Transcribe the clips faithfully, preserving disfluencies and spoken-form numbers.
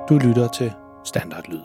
Du lytter til Standardlyd.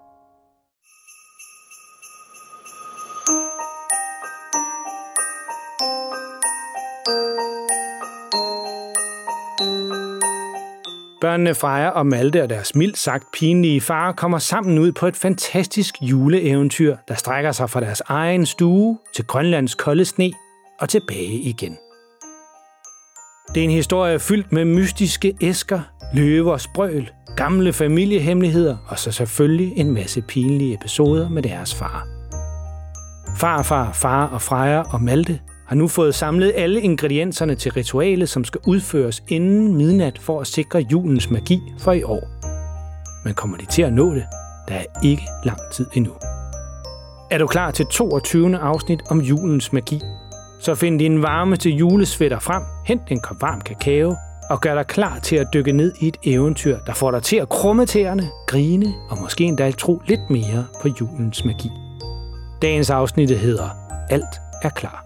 Børnene Freja og Malte og deres mildt sagt pinlige far kommer sammen ud på et fantastisk juleeventyr, der strækker sig fra deres egen stue til Grønlands kolde sne og tilbage igen. Det er en historie fyldt med mystiske æsker, løvers brøl, gamle familiehemmeligheder og så selvfølgelig en masse pinlige episoder med deres far. Farfar, far og Freja og Malte har nu fået samlet alle ingredienserne til ritualet, som skal udføres inden midnat for at sikre julens magi for i år. Men kommer de til at nå det? Der er ikke lang tid endnu. Er du klar til toogtyvende afsnit om julens magi? Så find din varme til julesvætter frem, hent en kop varm kakao og gør dig klar til at dykke ned i et eventyr, der får dig til at krumme tæerne, grine og måske endda tro lidt mere på julens magi. Dagens afsnit hedder Alt er klar.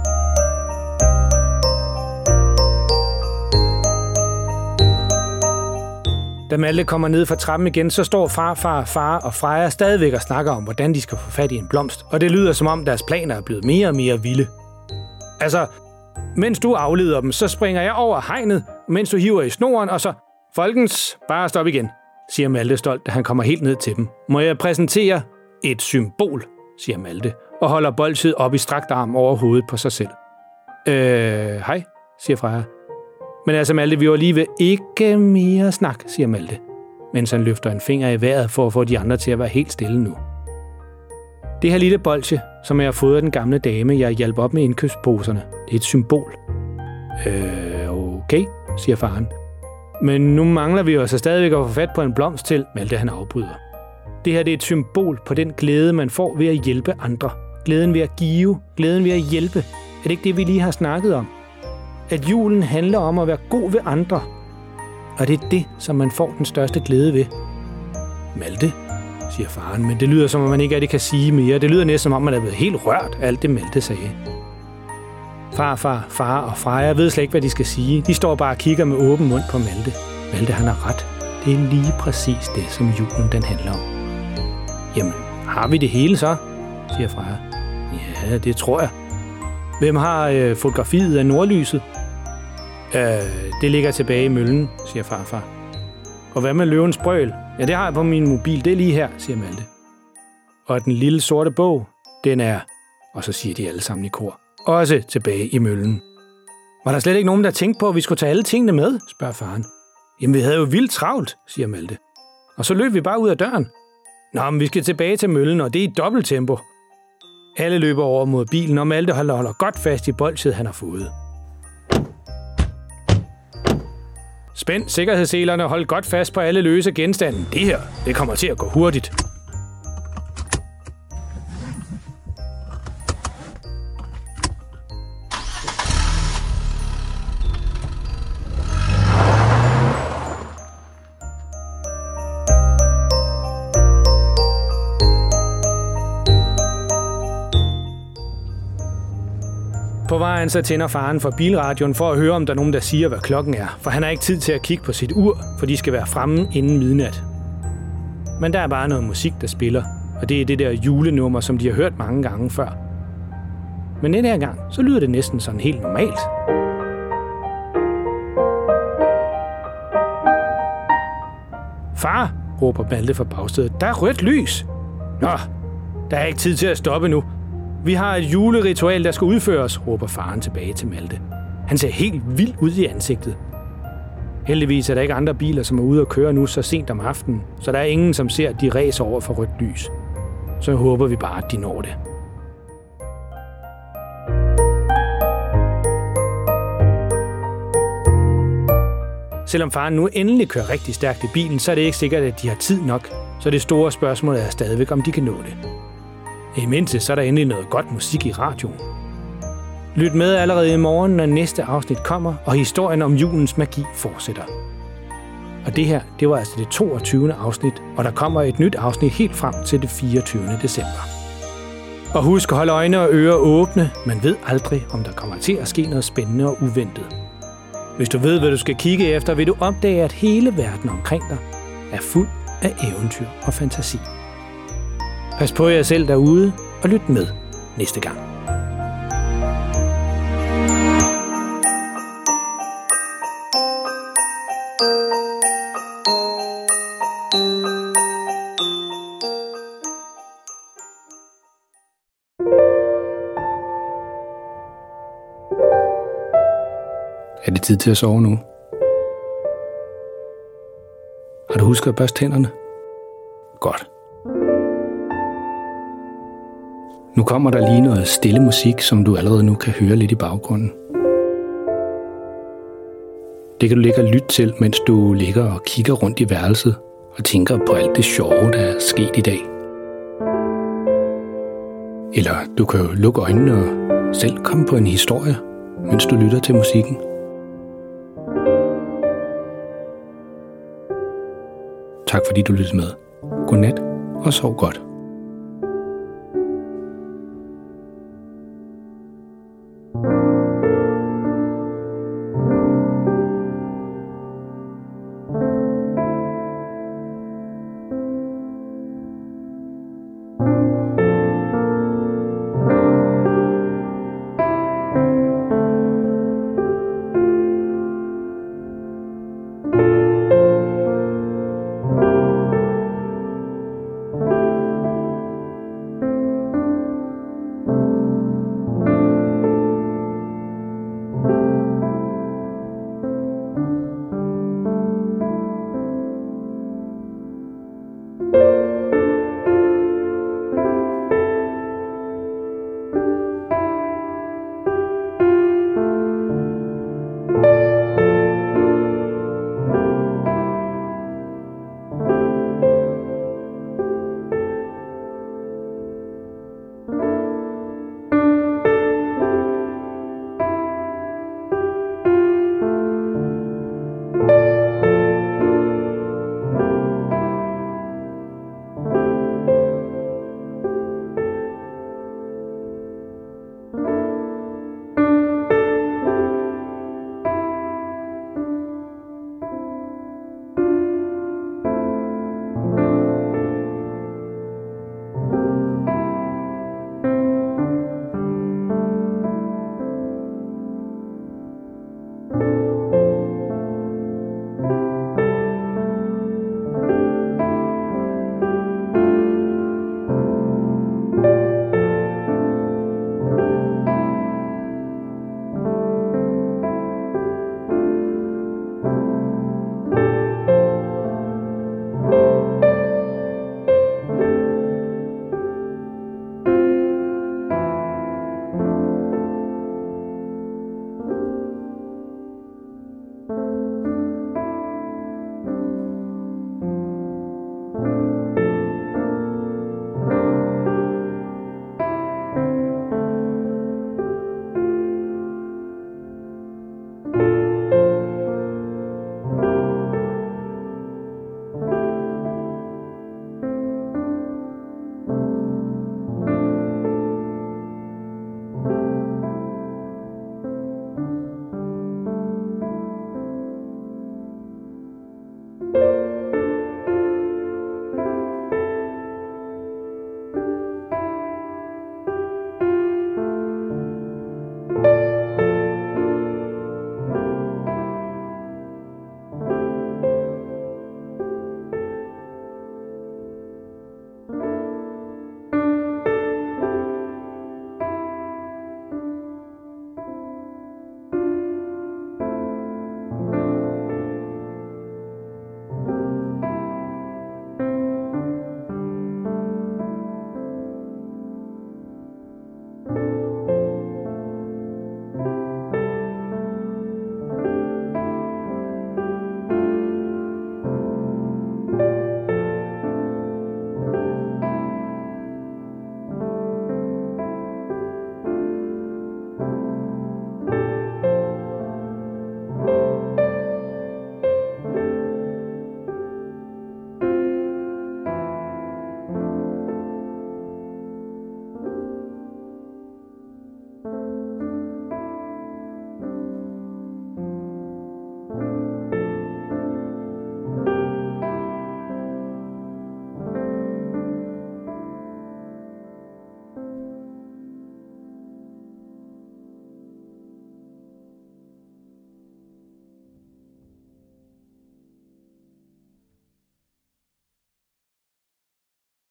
Da Malte kommer ned fra trappen igen, så står farfar, far og Freja stadigvæk og snakker om, hvordan de skal få fat i en blomst, og det lyder som om deres planer er blevet mere og mere vilde. Altså, mens du afleder dem, så springer jeg over hegnet, mens du hiver i snoren, og så... Folkens, bare stop igen, siger Malte stolt, da han kommer helt ned til dem. Må jeg præsentere et symbol, siger Malte, og holder bolsjet op i strakt arm over hovedet på sig selv. Øh, hej, siger Freja. Men altså, Malte, vi var lige ved ikke mere snak, siger Malte, mens han løfter en finger i vejret for at få de andre til at være helt stille nu. Det her lille bolsje, som jeg har fået af den gamle dame, jeg hjalp op med indkøbsposerne, det er et symbol. Øh, okay, siger faren. Men nu mangler vi jo altså stadigvæk at få fat på en blomst til, Malte han afbryder. Det her det er et symbol på den glæde, man får ved at hjælpe andre. Glæden ved at give, glæden ved at hjælpe. Er det ikke det, vi lige har snakket om? At julen handler om at være god ved andre. Og det er det, som man får den største glæde ved. Malte, siger faren, men det lyder som om man ikke rigtig kan sige mere. Det lyder næsten som om man er blevet helt rørt af alt det Malte sagde. Farfar, far og Freja ved slet ikke, hvad de skal sige. De står bare og kigger med åben mund på Malte. Malte, han har ret. Det er lige præcis det, som julen den handler om. Jamen, har vi det hele så? Siger Freja. Ja, det tror jeg. Hvem har øh, fotografiet af nordlyset? Øh, det ligger tilbage i møllen, siger farfar. Og hvad med løvens brøl? Ja, det har jeg på min mobil. Det er lige her, siger Malte. Og den lille sorte bog, den er, og så siger de alle sammen i kor, også tilbage i møllen. Var der slet ikke nogen, der tænkte på, at vi skulle tage alle tingene med, spørger faren. Jamen, vi havde jo vildt travlt, siger Malte. Og så løb vi bare ud af døren. Nå, men vi skal tilbage til møllen, og det er i dobbelt tempo. Alle løber over mod bilen, og Malte holder godt fast i bolsjet, han har fået. Spænd sikkerhedsselerne og hold godt fast på alle løse genstande. Det her, det kommer til at gå hurtigt. På vejen så tænder faren for bilradioen for at høre, om der er nogen, der siger, hvad klokken er. For han har ikke tid til at kigge på sit ur, for de skal være fremme inden midnat. Men der er bare noget musik, der spiller. Og det er det der julenummer, som de har hørt mange gange før. Men den her gang, så lyder det næsten sådan helt normalt. Far, råber Malte fra bagstedet. Der er rødt lys. Nå, der er ikke tid til at stoppe nu. Vi har et juleritual, der skal udføres, råber faren tilbage til Malte. Han ser helt vild ud i ansigtet. Heldigvis er der ikke andre biler, som er ude at køre nu så sent om aftenen, så der er ingen, som ser, at de ræser over for rødt lys. Så håber vi bare, at de når det. Selvom faren nu endelig kører rigtig stærkt i bilen, så er det ikke sikkert, at de har tid nok. Så det store spørgsmål er stadigvæk, om de kan nå det. Imens så er der endelig noget godt musik i radioen. Lyt med allerede i morgen, når næste afsnit kommer, og historien om julens magi fortsætter. Og det her, det var altså det toogtyvende afsnit, og der kommer et nyt afsnit helt frem til det fireogtyvende december. Og husk at holde øjne og ører åbne. Man ved aldrig, om der kommer til at ske noget spændende og uventet. Hvis du ved, hvad du skal kigge efter, vil du opdage, at hele verden omkring dig er fuld af eventyr og fantasi. Pas på jer selv derude, og lyt med næste gang. Er det tid til at sove nu? Har du husket at børste tænderne? Godt. Nu kommer der lige noget stille musik, som du allerede nu kan høre lidt i baggrunden. Det kan du ligge og lytte til, mens du ligger og kigger rundt i værelset og tænker på alt det sjove, der er sket i dag. Eller du kan jo lukke øjnene og selv komme på en historie, mens du lytter til musikken. Tak fordi du lyttede med. Godnat og sov godt. you